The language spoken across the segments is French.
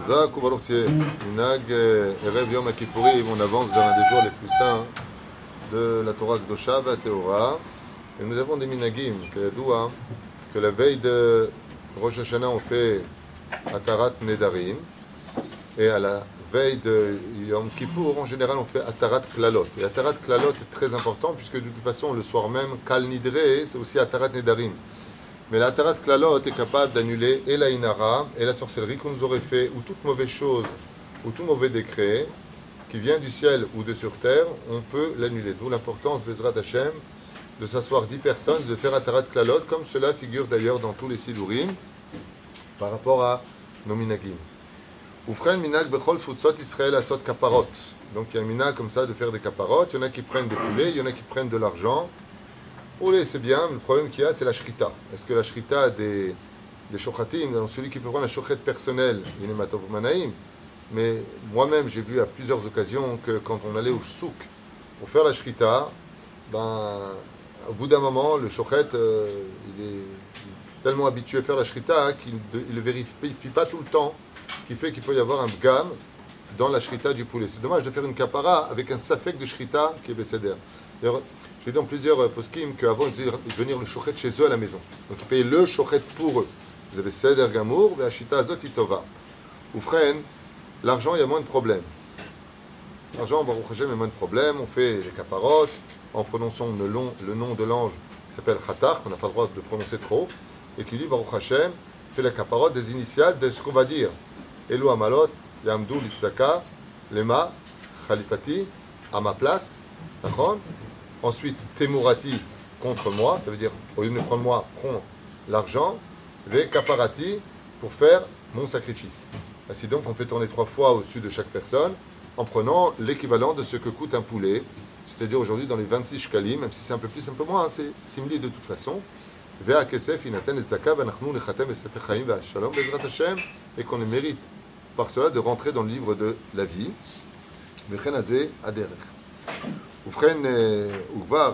Chazak ou Baruch Tieh. Minag Erev Yom HaKippurim, on avance vers un des jours les plus saints de la Torah Kdosha et Théora. Et nous avons des minagim, que la veille de Rosh Hashanah, on fait Atarat Nedarim. Et à la veille de Yom Kippour, en général, on fait Atarat Klalot. Et Atarat Klalot est très important, puisque de toute façon, le soir même, Kal Nidre, c'est aussi Atarat Nedarim. Mais la Atarat Klalot est capable d'annuler et la Inara, et la sorcellerie qu'on nous aurait fait, ou toute mauvaise chose, ou tout mauvais décret, qui vient du ciel ou de sur terre, on peut l'annuler. D'où l'importance, Bezrat Hashem, de s'asseoir 10 personnes, de faire Atarat Klalot, comme cela figure d'ailleurs dans tous les Sidurim, par rapport à nos minagim. Oufren minag bechol futsot Israël asot kaparot. Donc il y a un minag comme ça de faire des kaparot. Il y en a qui prennent des poulets, il y en a qui prennent de l'argent. Poulet c'est bien, mais le problème qu'il y a c'est la shrita. Est-ce que la shrita a des shochatim? Donc celui qui peut prendre la shochet personnelle, il est matov manaim. Mais moi-même j'ai vu à plusieurs occasions que quand on allait au souk pour faire la shrita, au bout d'un moment le shochet il est tellement habitué à faire la shrita qu'il ne le vérifie pas tout le temps. Ce qui fait qu'il peut y avoir un bgam dans la shrita du poulet. C'est dommage de faire une kapara avec un safek de shrita qui est besséder. D'ailleurs, j'ai dit dans plusieurs poskim qu'avant ils devaient venir le shochet chez eux à la maison. Donc ils payaient le shochet pour eux. Vous avez seder gamour, et ashita azot itova. Ou frère, l'argent il y a moins de problèmes. L'argent, Baruch Hashem, il y a moins de problèmes. On fait les kaparot en prononçant le nom de l'ange qui s'appelle Khatar, qu'on n'a pas le droit de prononcer trop, et qui dit Baruch Hashem fait la kaparot des initiales de ce qu'on va dire. Elu Amalot, Yamdou Litzaka, Lema, Khalifati, à ma place, d'accord. Ensuite, Temurati, contre moi, ça veut dire, au lieu de me prendre moi, prends l'argent, Ve Kaparati, pour faire mon sacrifice. Ainsi donc, on fait tourner 3 fois au-dessus de chaque personne, en prenant l'équivalent de ce que coûte un poulet, c'est-à-dire aujourd'hui dans les 26 shkalim, même si c'est un peu plus, un peu moins, hein, c'est simili de toute façon. Ve Kesef, Inaten Ezdaka, Vanachnu Lechatem Esefer Chaim, Shalom, Bezrat Hashem, et qu'on le mérite par cela de rentrer dans le livre de la vie. וכן הזה הדרך. ובכן, וכבר,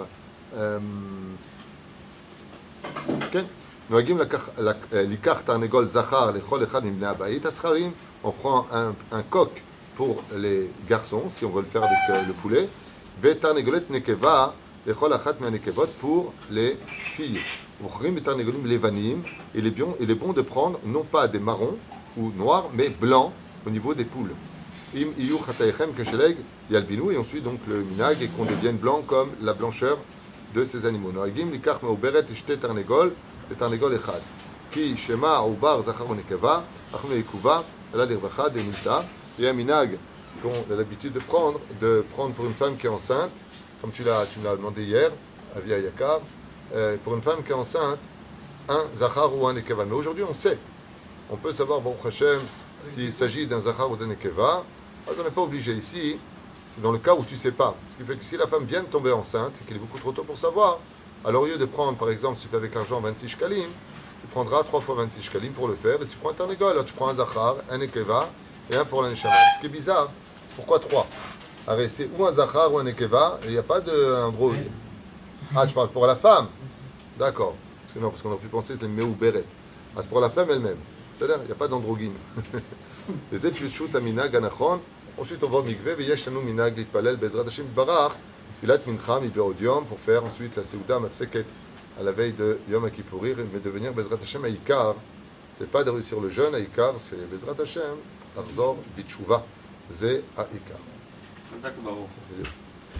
כן, נוהגים לקח תרנגול זכר לכל אחד מבני הבית הזכרים. On prend un coq pour les garçons, si on veut le faire avec le poulet, ותרנגולת נקבה לכל אחת מהנקבות pour les filles. ובוחרים בתרנגולים לבנים, il est bon de prendre non pas des marrons ou noirs, mais blancs au niveau des poules. Im iyu chataechem kesheleg yalbinu, et ensuite donc le minag et qu'on devienne blanc comme la blancheur de ces animaux. Noagim likach meuberet shte tarnegol et tarnegol echad. Ki shema ubar zachar ou nekeva, achnu yekuva, ala lirvacha de milta. Et un minag qu'on a l'habitude de prendre pour une femme qui est enceinte, comme tu l'as demandé hier, à Via Yakar, pour une femme qui est enceinte, un zachar ou un nekeva. Mais aujourd'hui on sait. On peut savoir, Baruch Hashem, s'il s'agit d'un zachar ou d'un nekeva. On n'est pas obligé ici, c'est dans le cas où tu ne sais pas. Ce qui fait que si la femme vient de tomber enceinte et qu'il est beaucoup trop tôt pour savoir, alors au lieu de prendre, par exemple, si tu fais avec l'argent 26 shkalim, tu prendras 3 fois 26 shkalim pour le faire, et tu prends un tarnegol, alors tu prends un zachar, un nekeva, et un pour la neshama. Ce qui est bizarre, c'est pourquoi 3? Alors c'est ou un zachar ou un nekeva, et il n'y a pas de brouille. Ah, tu parles pour la femme? D'accord. Parce qu'on aurait pu penser que c'est le meou beret. Ah, c'est pour la femme elle-même. C'est-à-dire, il n'y a pas d'androgyne. Les épluchut amina ganachon. Ensuite, on va au mikveh, veyesh lanu minag litpalel bezrat Hashem barach, filat mincha mibeod yom, pour faire ensuite la seuda mafseket à la veille de Yom Kippourir, mais devenir bezrat Hashem haïkar. C'est pas de réussir le jeûne, haïkar, c'est bezrat Hashem, arzor bitchouva, ze haïkar.